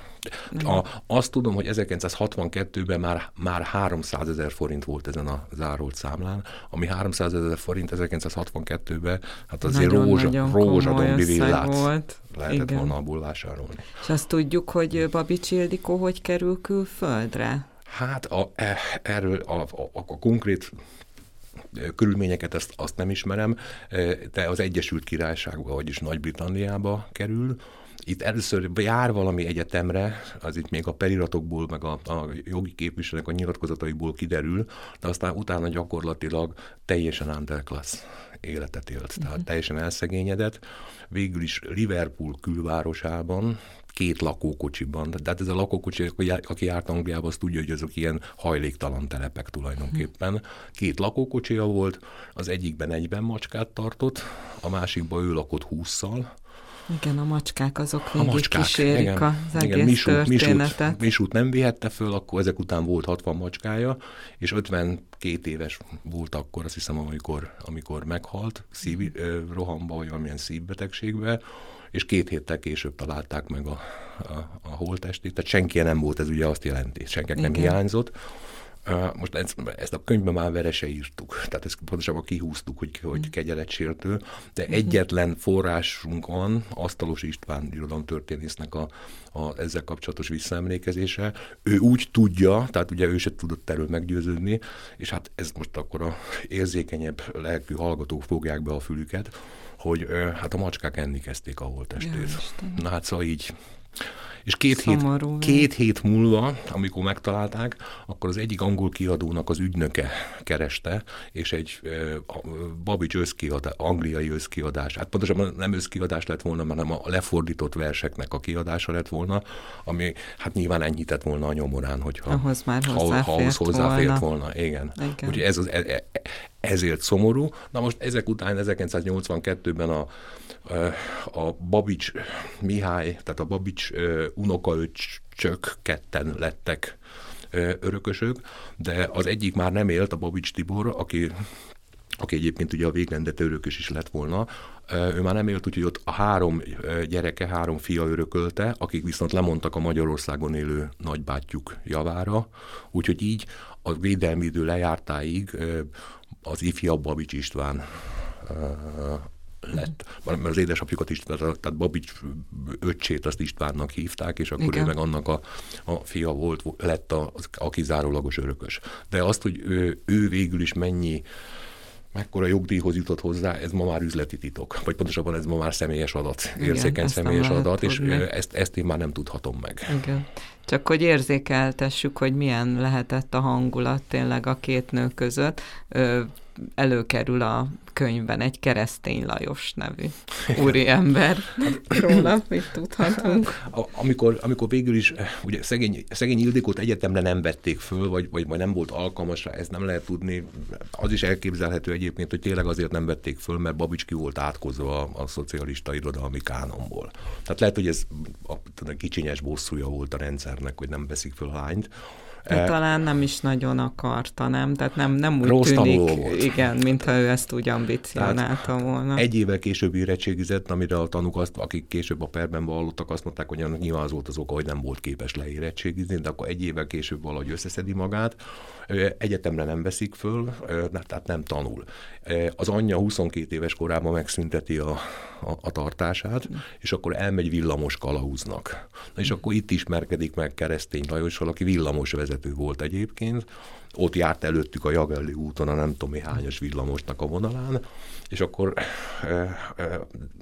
A, azt tudom, hogy ezerkilencszázhatvankettőben már, már háromszázezer forint volt ezen a zárolt számlán, ami háromszázezer forint ezerkilencszázhatvankettőben, hát azért rózsa, rózsadombi villát volt. Lehetett Igen. volna abból vásárolni. És azt tudjuk, hogy Babics Ildikó hogy kerül külföldre? Hát a, erről a, a, a konkrét körülményeket azt, azt nem ismerem, de az Egyesült Királyságba, vagyis Nagy-Britanniába kerül. Itt először jár valami egyetemre, az itt még a periratokból, meg a, a jogi képviselőnek a nyilatkozataiból kiderül, de aztán utána gyakorlatilag teljesen underclass életet élt, uh-huh. tehát teljesen elszegényedett. Végül is Liverpool külvárosában, két lakókocsiban, de hát ez a lakókocsi, aki járt Angliába, az tudja, hogy azok ilyen hajléktalan telepek tulajdonképpen. Két lakókocsia volt, az egyikben egyben macskát tartott, a másikban ő lakott hússzal, Igen, a macskák azok végig kísérik igen, az egész igen, Misút, történetet. Misút, Misút nem vihette föl, akkor ezek után volt hatvan macskája, és ötvenkét éves volt akkor, azt hiszem, amikor, amikor meghalt, szív, rohamba, vagy valamilyen szívbetegségbe, és két héttel később találták meg a, a, a holttestét, tehát senki nem volt, ez ugye azt jelenti, senkinek nem hiányzott. Most ezt, ezt a könyvben már vele se írtuk, tehát ezt pontosabban kihúztuk, hogy, hogy kegyeletsértő, de egyetlen forrásunk van, Asztalos István irodalomtörténésznek a, a ezzel kapcsolatos visszaemlékezése. Ő úgy tudja, tehát ugye ő se tudott erről meggyőződni, és hát ez most akkor a érzékenyebb lelkű hallgatók fogják be a fülüket, hogy hát a macskák enni kezdték a holttestét. Na hát szóval így. És két hét, két hét múlva, amikor megtalálták, akkor az egyik angol kiadónak az ügynöke kereste, és egy uh, Babics összkiadás, angliai összkiadás, hát pontosabban nem összkiadás lett volna, hanem a lefordított verseknek a kiadása lett volna, ami hát nyilván ennyit tett volna a nyomorán, hogyha ahhoz már hozzáfért, ahhoz hozzáfért volna. volna. Igen. Igen. Úgyhogy ez az, e, ezért szomorú. Na most ezek után ezerkilencszáznyolcvankettőben a a Babics Mihály, tehát a Babics unokaöccsök ketten lettek örökösök, de az egyik már nem élt, a Babics Tibor, aki, aki egyébként ugye a végrendet örökös is lett volna, ő már nem élt, úgyhogy ott a három gyereke, három fia örökölte, akik viszont lemondtak a Magyarországon élő nagybátyjuk javára, úgyhogy így a védelmi idő lejártáig az ifjabb Babics István lett, mert az édesapjukat is, tehát Babics öccsét azt Istvánnak hívták, és akkor igen. Ő meg annak a, a fia volt, lett a, a kizárólagos örökös. De azt, hogy ő, ő végül is mennyi, mekkora jogdíjhoz jutott hozzá, ez ma már üzleti titok, vagy pontosabban ez ma már személyes adat, érzékeny személyes adat, és ezt, ezt én már nem tudhatom meg. Igen. Csak hogy érzékeltessük, hogy milyen lehetett a hangulat tényleg a két nő között, Ö, előkerül a könyvben egy Keresztény Lajos nevű úriember. Róla mit tudhatunk? Amikor, amikor végül is, ugye szegény, szegény Ildikót egyetemre nem vették föl, vagy, vagy, vagy nem volt alkalmas rá, ezt nem lehet tudni. Az is elképzelhető egyébként, hogy tényleg azért nem vették föl, mert Babics ki volt átkozva a, a szocialista irodalmi kánonból. Tehát lehet, hogy ez a, a kicsinyes bosszúja volt a rendszernek, hogy nem veszik föl a lányt. De talán nem is nagyon akarta, nem? Tehát nem, nem úgy rossz tűnik, igen, mintha ő ezt úgy ambicionálta volna. Egy évvel később érettségizett, amire a tanúk, azt, akik később a perben vallottak, azt mondták, hogy nyilván az volt az oka, hogy nem volt képes leérettségizni, de akkor egy évvel később valahogy összeszedi magát. Egyetemre nem veszik föl, tehát nem tanul. Az anyja huszonkét éves korában megszünteti a, a, a tartását, és akkor elmegy villamos kalauznak. Na és akkor itt ismerkedik meg Keresztény Lajossal, aki villamos vezető volt egyébként. Ott járt előttük a Jagellő úton a nem tudom hányas villamosnak a vonalán, és akkor e, e,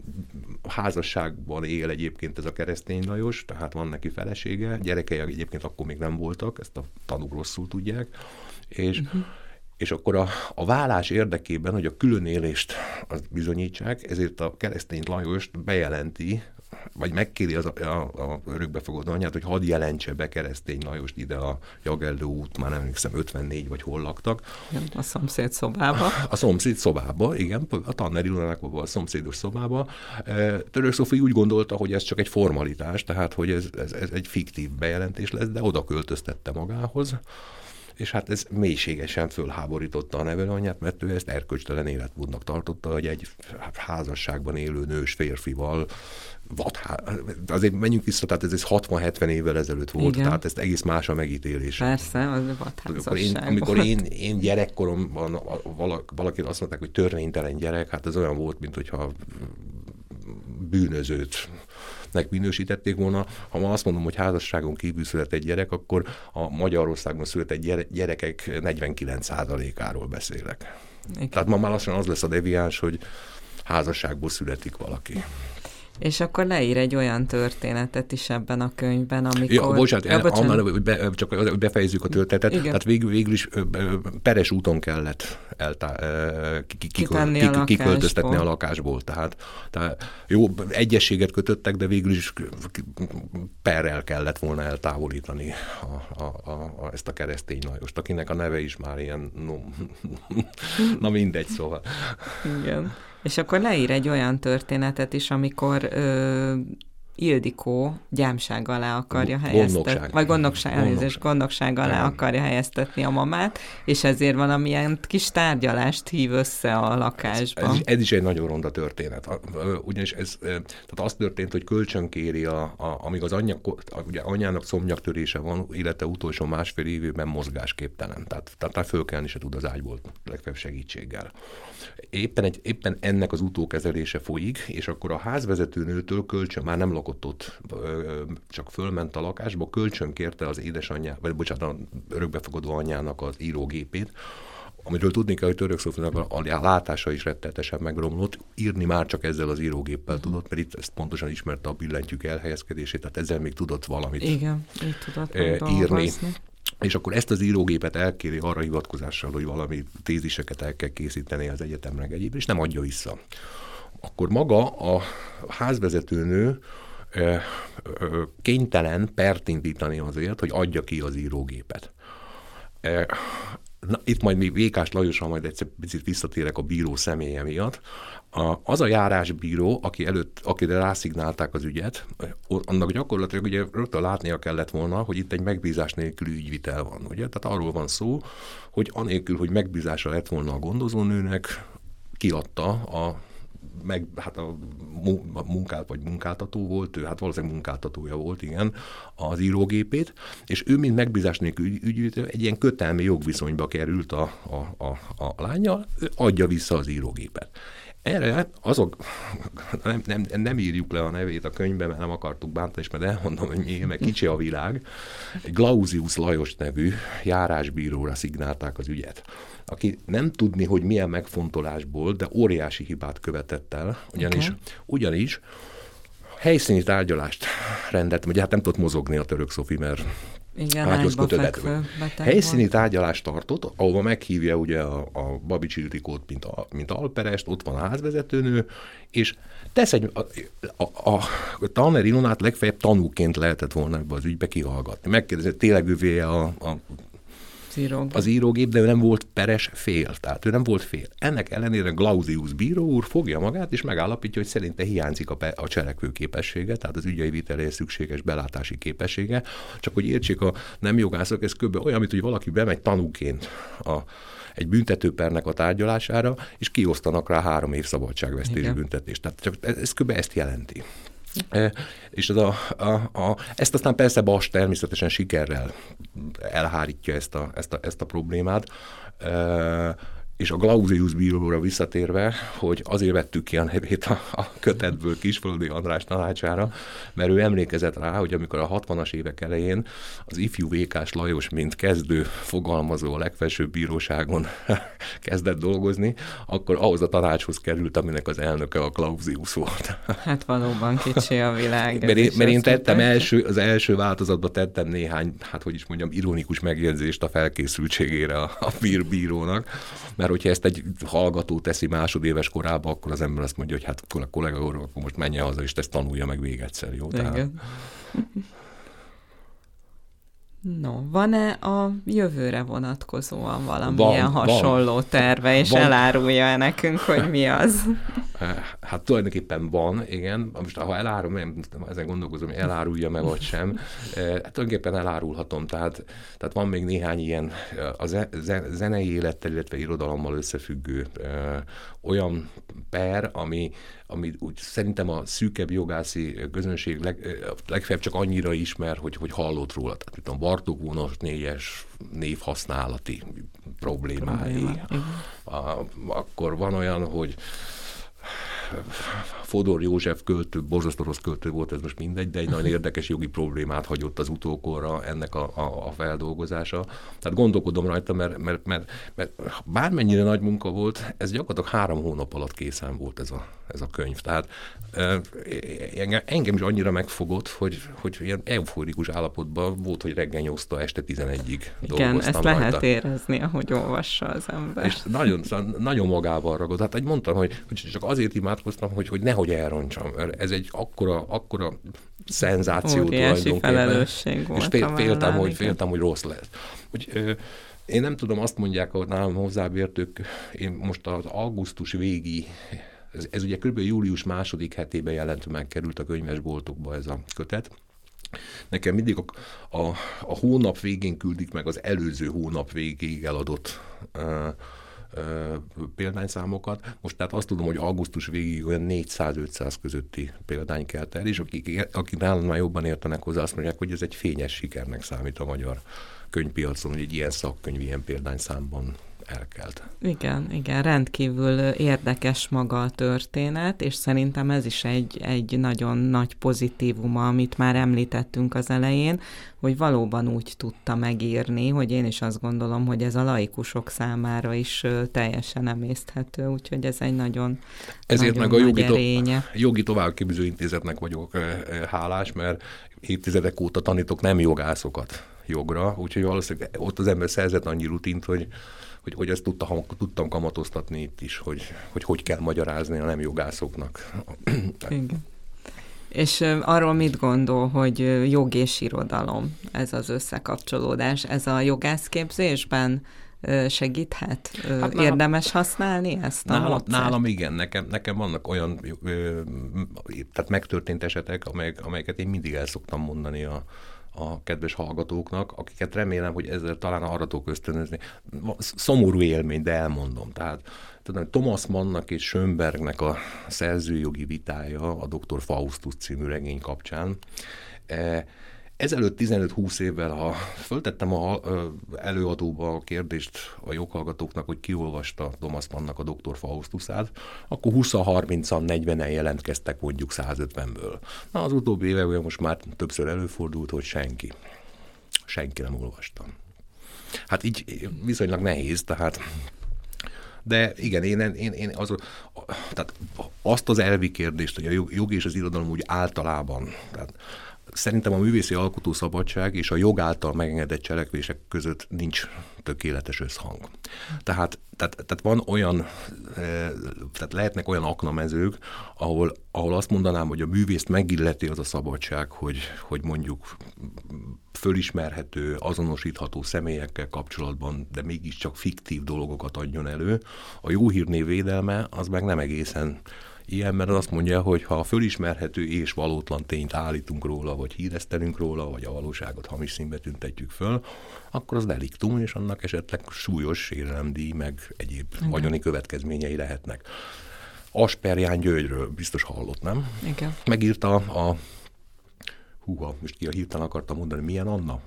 házasságban él egyébként ez a Keresztény Lajos, tehát van neki felesége, gyerekei egyébként akkor még nem voltak, ezt a tanúk rosszul tudják, és uh-huh. És akkor a, a vállás érdekében, hogy a különélést azt bizonyítsák, ezért a Keresztény Lajost bejelenti, vagy megkéri az a, a, a örökbefogadó anyát, hogy hadd jelentse be Keresztény Lajost ide a Jagellő út, már nem emlékszem, ötvennégy vagy hol laktak. A szomszéd szobába. A, a szomszéd szobába, igen, a Tanner Ilonának a szomszédos szobába. Török Szófi úgy gondolta, hogy ez csak egy formalitás, tehát hogy ez, ez, ez egy fiktív bejelentés lesz, de oda költöztette magához. És hát ez mélységesen fölháborította a nevelőanyját, mert ő ezt erkölcstelen életmódnak tartotta, hogy egy házasságban élő nős férfival vadhá... azért menjünk vissza, tehát ez, ez hatvan-hetven évvel ezelőtt volt, igen. Tehát ez egész más a megítélés. Persze, az vadházasság én, Amikor én, én gyerekkoromban valaki azt mondták, hogy törvénytelen gyerek, hát ez olyan volt, mint hogyha bűnözőt minősítették volna. Ha ma azt mondom, hogy házasságon kívül született gyerek, akkor a Magyarországon született gyerekek negyvenkilenc százalékáról beszélek. Igen. Tehát ma már lassan az lesz a deviáns, hogy házasságból születik valaki. És akkor leír egy olyan történetet is ebben a könyvben, amikor... Ja, bocsánat, ja, bocsánat. Annál, hogy be, csak hogy befejezzük a történetet. Igen. Tehát végül, végül is peres úton kellett eltá, kiköltöztetni a lakásból. Tehát, tehát jó, egyességet kötöttek, de végül is perrel kellett volna eltávolítani a, a, a, a, ezt a Keresztény Lajost, akinek a neve is már ilyen... No, na mindegy, szóval. Igen. És akkor leír egy olyan történetet is, amikor ö, Ildikó gyámság alá akarja helyeztetni, vagy gondnokság, elnézést, gondnokság alá nem. akarja helyeztetni a mamát, és ezért valamilyen kis tárgyalást hív össze a lakásban. Ez, ez, ez is egy nagyon ronda történet. Ugyanis ez, tehát az történt, hogy kölcsönkéri, a, a, amíg az anyja, ugye anyának szomnyaktörése van, illetve utolsó másfél évében mozgásképtelen. Tehát, tehát fölkelni se tud az ágyból, legfeljebb segítséggel. Éppen, egy, éppen ennek az utókezelése folyik, és akkor a házvezetőnőtől kölcsön, már nem lakott ott, csak fölment a lakásba, kölcsön kérte az édesanyja, vagy bocsánat, a örökbefogadó anyjának az írógépét, amiről tudni kell, hogy Török Szófinak a látása is rettenetesen megromlott, írni már csak ezzel az írógéppel tudott, mert itt ezt pontosan ismerte a billentyűk elhelyezkedését, tehát ezzel még tudott valamit Igen, így tudott írni. Dolgozni. És akkor ezt az írógépet elkéri arra hivatkozással, hogy valami téziseket el kell készíteni az egyetemre egyébként, és nem adja vissza. Akkor maga a házvezetőnő ö, ö, kénytelen pert indítani azért, hogy adja ki az írógépet. Ö, na, itt majd mi Vékás Lajossal majd egyszer picit visszatérek a bíró személye miatt. A, az a járásbíró, aki előtt, akire rászignálták az ügyet, annak gyakorlatilag ugye rögtön látnia kellett volna, hogy itt egy megbízás nélküli ügyvitel van. Ugye? Tehát arról van szó, hogy anélkül, hogy megbízása lett volna a gondozónőnek, kiadta a meg, hát a munkát vagy munkáltató volt, ő hát valószínűleg munkáltatója volt, igen, az írógépét, és ő, mint megbízás nélkül ügyvédő, egy ilyen kötelmi jogviszonyba került a, a, a, a lánnyal, ő adja vissza az írógépet. Erre azok, nem, nem, nem írjuk le a nevét a könyvben, mert nem akartuk bántani, és mert elmondom, hogy miért, mert kicsi a világ. Egy Glauzius Lajos nevű járásbíróra szignálták az ügyet, aki nem tudni, hogy milyen megfontolásból, de óriási hibát követett el, ugyanis, okay. ugyanis helyszíni tárgyalást rendelt, ugye hát nem tudott mozogni a Török Szófi, mert igen, ágyba fekvő helyszíni van. Tárgyalást tartott, ahova meghívja ugye a, a Babics Ildikót, mint, a, mint alperest, ott van a házvezetőnő, és tesz egy, a, a, a, a Tanner Ilonát legfeljebb tanúként lehetett volna ebbe az ügybe kihallgatni. Megkérdezi, tényleg ővé a, a Írógép. az írógép, de ő nem volt peres fél, tehát ő nem volt fél. Ennek ellenére Glauzius bíró úr fogja magát, és megállapítja, hogy szerinte hiányzik a, a cselekvő képessége, tehát az ügyei viteléhez szükséges belátási képessége. Csak hogy értsék a nem jogászok, ez kb. Olyan, mint hogy valaki bemegy tanúként a, egy büntetőpernek a tárgyalására, és kiosztanak rá három év szabadságvesztési büntetést. Tehát csak ez, ez kb. Ezt jelenti. E, és az a, a, a, ezt aztán persze Bas természetesen sikerrel elhárítja ezt a, ezt a, ezt a problémát, e, és a Glauzius bíróra visszatérve, hogy azért vettük ki a nevét a, a kötetből Kisföldi András tanácsára, mert ő emlékezett rá, hogy amikor a hatvanas évek elején az ifjú Vékás Lajos, mint kezdő fogalmazó a legfelsőbb bíróságon kezdett dolgozni, akkor ahhoz a tanácshoz került, aminek az elnöke a Glauzius volt. Hát valóban kicsi a világ. Mert én, mert én tettem első, az első változatban tettem néhány, hát hogy is mondjam, ironikus megjegyzést a felkészültségére a, a bír bírónak, mert hogyha ezt egy hallgató teszi másodéves korában, akkor az ember azt mondja, hogy hát a kollega úr, akkor most menjen haza, és ezt tanulja meg még egyszer, jó? Tehát... No, van-e a jövőre vonatkozóan valamilyen van, hasonló van, terve, és van. elárulja nekünk, hogy mi az? Hát tulajdonképpen van, igen. Most ha elárul, nem, ezen gondolkozom, hogy elárulja meg, vagy sem. Hát tulajdonképpen elárulhatom. Tehát, tehát van még néhány ilyen a zenei élettel, illetve irodalommal összefüggő olyan per, ami, ami úgy szerintem a szűkebb jogászi közönség leg, legfeljebb csak annyira ismer, hogy, hogy hallott róla. Tehát itt a Bartók Vonos négyes névhasználati problémái. Probléma. A, akkor van olyan, hogy Fodor József költő, borzasztó rossz költő volt, ez most mindegy, de egy nagyon érdekes jogi problémát hagyott az utókorra ennek a, a, a feldolgozása. Tehát gondolkodom rajta, mert, mert, mert, mert bármennyire nagy munka volt, ez gyakorlatilag három hónap alatt készen volt ez a, ez a könyv. Tehát engem, engem is annyira megfogott, hogy, hogy ilyen euforikus állapotban volt, hogy reggel nyolctól este tizenegyig dolgoztam. Igen, ezt rajta. lehet érezni, ahogy olvassa az ember. És nagyon, nagyon magával ragad. Hát egy mondtam, hogy, hogy csak azért imádkoztam, hogy, hogy nehogy elrontsam. Ez egy akkora, akkora szenzáció óriási felelősség volt. És fél, féltem, hogy, féltem, hogy rossz lesz. Hogy, ö, én nem tudom, azt mondják, hogy nálam hozzábértők, én most az augusztus végi ez, ez ugye kb. Július második hetében jelent meg, került a könyvesboltokba ez a kötet. Nekem mindig a, a, a hónap végén küldik meg az előző hónap végéig eladott uh, uh, példányszámokat. Most tehát azt tudom, hogy augusztus végig olyan négyszáz-ötszáz közötti példány kelt el, és akik, akik nálam már jobban értenek hozzá, azt mondják, hogy ez egy fényes sikernek számít a magyar könyvpiacon, hogy egy ilyen szakkönyv ilyen példányszámban elkelt. Igen, igen, rendkívül érdekes maga a történet, és szerintem ez is egy, egy nagyon nagy pozitívuma, amit már említettünk az elején, hogy valóban úgy tudta megírni, hogy én is azt gondolom, hogy ez a laikusok számára is teljesen emészthető, úgyhogy ez egy nagyon, ezért nagyon meg a nagy jogi, erénye. to- jogi továbbképző intézetnek vagyok hálás, mert évtizedek óta tanítok nem jogászokat jogra, úgyhogy valószínűleg ott az ember szerzett annyi rutint, hogy hogy, hogy ezt tudtam, tudtam kamatoztatni itt is, hogy, hogy hogy kell magyarázni a nem jogászoknak. Igen. És arról mit gondol, hogy jog és irodalom, ez az összekapcsolódás, ez a jogászképzésben segíthet? Hát érdemes nálam, használni ezt a nálam, módszert? Nálam igen, nekem, nekem vannak olyan ö, tehát megtörtént esetek, amelyek, amelyeket én mindig el szoktam mondani a a kedves hallgatóknak, akiket remélem, hogy ezzel talán arra tudok ösztönözni. Szomorú élmény, de elmondom. Tehát tudom, Thomas Mannnak és Schönbergnek a szerzőjogi vitája a doktor Faustus című regény kapcsán. Ezelőtt tizenöt-húsz évvel, ha föltettem a előadóba a kérdést a joghallgatóknak, hogy kiolvasta Thomas Mannnak a doktor Faustusát, akkor húsz-harmincan, negyvenen jelentkeztek mondjuk százötvenből. Na, az utóbbi években most már többször előfordult, hogy senki. Senki nem olvasta. Hát így viszonylag nehéz, tehát de igen, én, én, én az, tehát azt az elvi kérdést, hogy a jog és az irodalom úgy általában, tehát szerintem a művészi alkotószabadság és a jog által megengedett cselekvések között nincs tökéletes összhang. Tehát, tehát, tehát van olyan, tehát lehetnek olyan aknamezők, ahol, ahol azt mondanám, hogy a művészt megilleti az a szabadság, hogy, hogy mondjuk fölismerhető, azonosítható személyekkel kapcsolatban, de mégiscsak fiktív dolgokat adjon elő. A jó hírnév védelme az meg nem egészen ilyen, mert azt mondja, hogy ha fölismerhető és valótlan tényt állítunk róla, vagy híresztelünk róla, vagy a valóságot hamis színbe tüntetjük föl, akkor az deliktum, és annak esetleg súlyos sérelemdíj, meg egyéb Igen. vagyoni következményei lehetnek. Asperján Györgyről biztos hallott, nem? Igen. Megírta a... Húha, most ki a hirtelen akartam mondani, milyen Anna?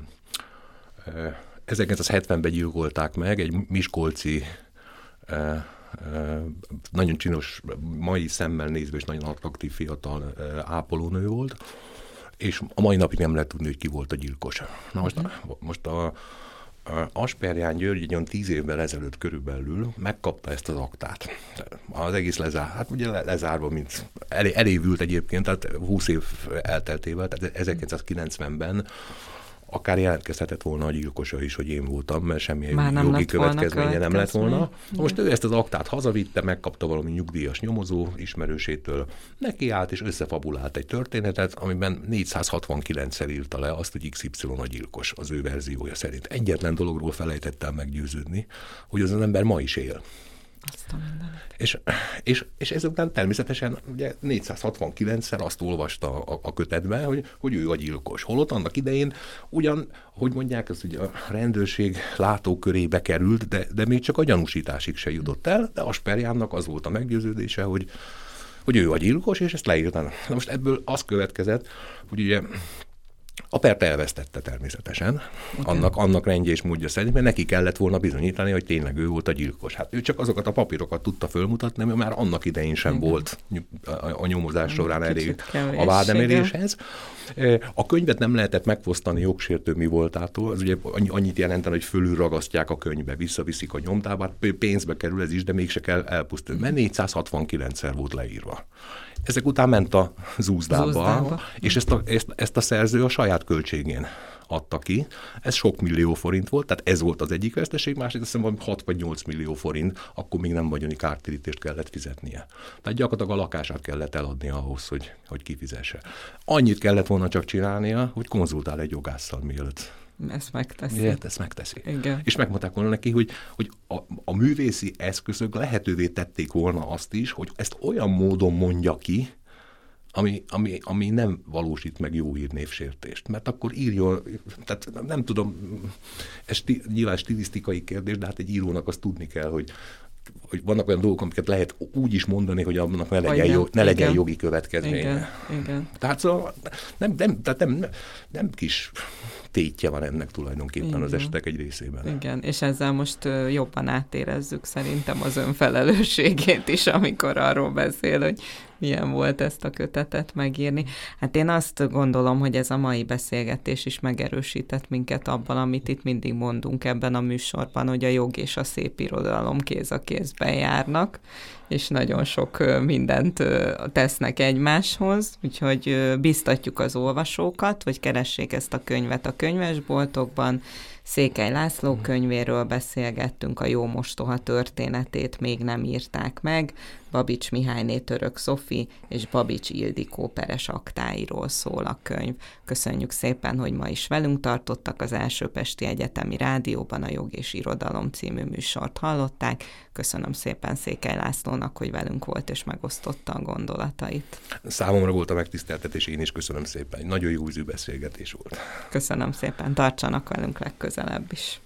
ezerkilencszázhetvenben gyilkolták meg, egy miskolci nagyon csinos, mai szemmel nézve és nagyon attraktív fiatal ápolónő volt, és a mai napig nem lehet tudni, hogy ki volt a gyilkos. Na most, uh-huh. most a, a Asperján György egy olyan tíz évvel ezelőtt körülbelül megkapta ezt az aktát. Az egész lezár, hát ugye lezárva, mint elé, elévült egyébként, tehát húsz év elteltével, tehát ezerkilencszázkilencvenben akár jelentkezhetett volna a gyilkosa is, hogy én voltam, mert semmilyen jogi következménye nem lett volna. Na most ő ezt az aktát hazavitte, megkapta valami nyugdíjas nyomozó ismerősétől, neki állt és összefabulált egy történetet, amiben négyszázhatvankilencszer írta le azt, hogy iksz ipszilon a gyilkos, az ő verziója szerint. Egyetlen dologról felejtett el meggyőződni, hogy az az ember ma is él. És, és, és ezután természetesen ugye négyszázhatvankilencszer azt olvasta a, a kötetben, hogy, hogy ő a gyilkos. Holott annak idején ugyan, hogy mondják, az ugye a rendőrség látókörébe került, de, de még csak a gyanúsításig se jutott el, de Asperjánnak az volt a meggyőződése, hogy, hogy ő a gyilkos, és ezt leírta. Na most ebből az következett, hogy ugye a pert elvesztette természetesen, okay. annak, annak rendje és módja szerint, mert neki kellett volna bizonyítani, hogy tényleg ő volt a gyilkos. Hát ő csak azokat a papírokat tudta fölmutatni, mert már annak idején sem okay. volt a, a nyomozás során elég a vádemeléshez. A könyvet nem lehetett megfosztani jogsértő mi voltától, az ugye annyit jelenten, hogy fölül ragasztják a könyvbe, visszaviszik a nyomtába, pénzbe kerül ez is, de mégse kell elpusztulni, mert négyszázhatvankilencszer volt leírva. Ezek után ment a zúzdába, zúzdába. és ezt a, ezt, ezt a szerző a saját költségén adta ki. Ez sok millió forint volt, tehát ez volt az egyik veszteség, másrészt azt hiszem, hat vagy nyolc millió forint, akkor még nem vagyoni kártérítést kellett fizetnie. Tehát gyakorlatilag a lakását kellett eladnia ahhoz, hogy, hogy kifizesse. Annyit kellett volna csak csinálnia, hogy konzultál egy jogásszal, mielőtt Ezt megteszi. Ilyet, ezt megteszi. Igen. És megmondták volna neki, hogy, hogy a, a művészi eszközök lehetővé tették volna azt is, hogy ezt olyan módon mondja ki, ami, ami, ami nem valósít meg jó hírnévsértést. Mert akkor írjon, tehát nem tudom, ez sti, nyilván stilisztikai kérdés, de hát egy írónak azt tudni kell, hogy hogy vannak olyan dolgok, amiket lehet úgy is mondani, hogy annak ne legyen, jog, ne legyen jogi következménye. Igen, igen. Tehát szóval nem, nem, tehát nem, nem kis tétje van ennek tulajdonképpen igen. az esetek egy részében. Igen, és ezzel most jobban átérezzük szerintem az önfelelősségét is, amikor arról beszél, hogy milyen volt ezt a kötetet megírni. Hát én azt gondolom, hogy ez a mai beszélgetés is megerősített minket abban, amit itt mindig mondunk ebben a műsorban, hogy a jog és a szép irodalom kéz a kézben járnak, és nagyon sok mindent tesznek egymáshoz, úgyhogy biztatjuk az olvasókat, hogy keressék ezt a könyvet a könyvesboltokban. Székely László könyvéről beszélgettünk, a Jó mostoha történetét még nem írták meg, Babics Mihályné Török Szofi és Babics Ildikó peres aktáiról szól a könyv. Köszönjük szépen, hogy ma is velünk tartottak, az Első Pesti Egyetemi Rádióban a Jog és Irodalom című műsort hallották. Köszönöm szépen Székely Lászlónak, hogy velünk volt és megosztotta a gondolatait. Számomra volt a megtiszteltetés, én is köszönöm szépen. Nagyon jó ízű beszélgetés volt. Köszönöm szépen, tartsanak velünk legközelebb is.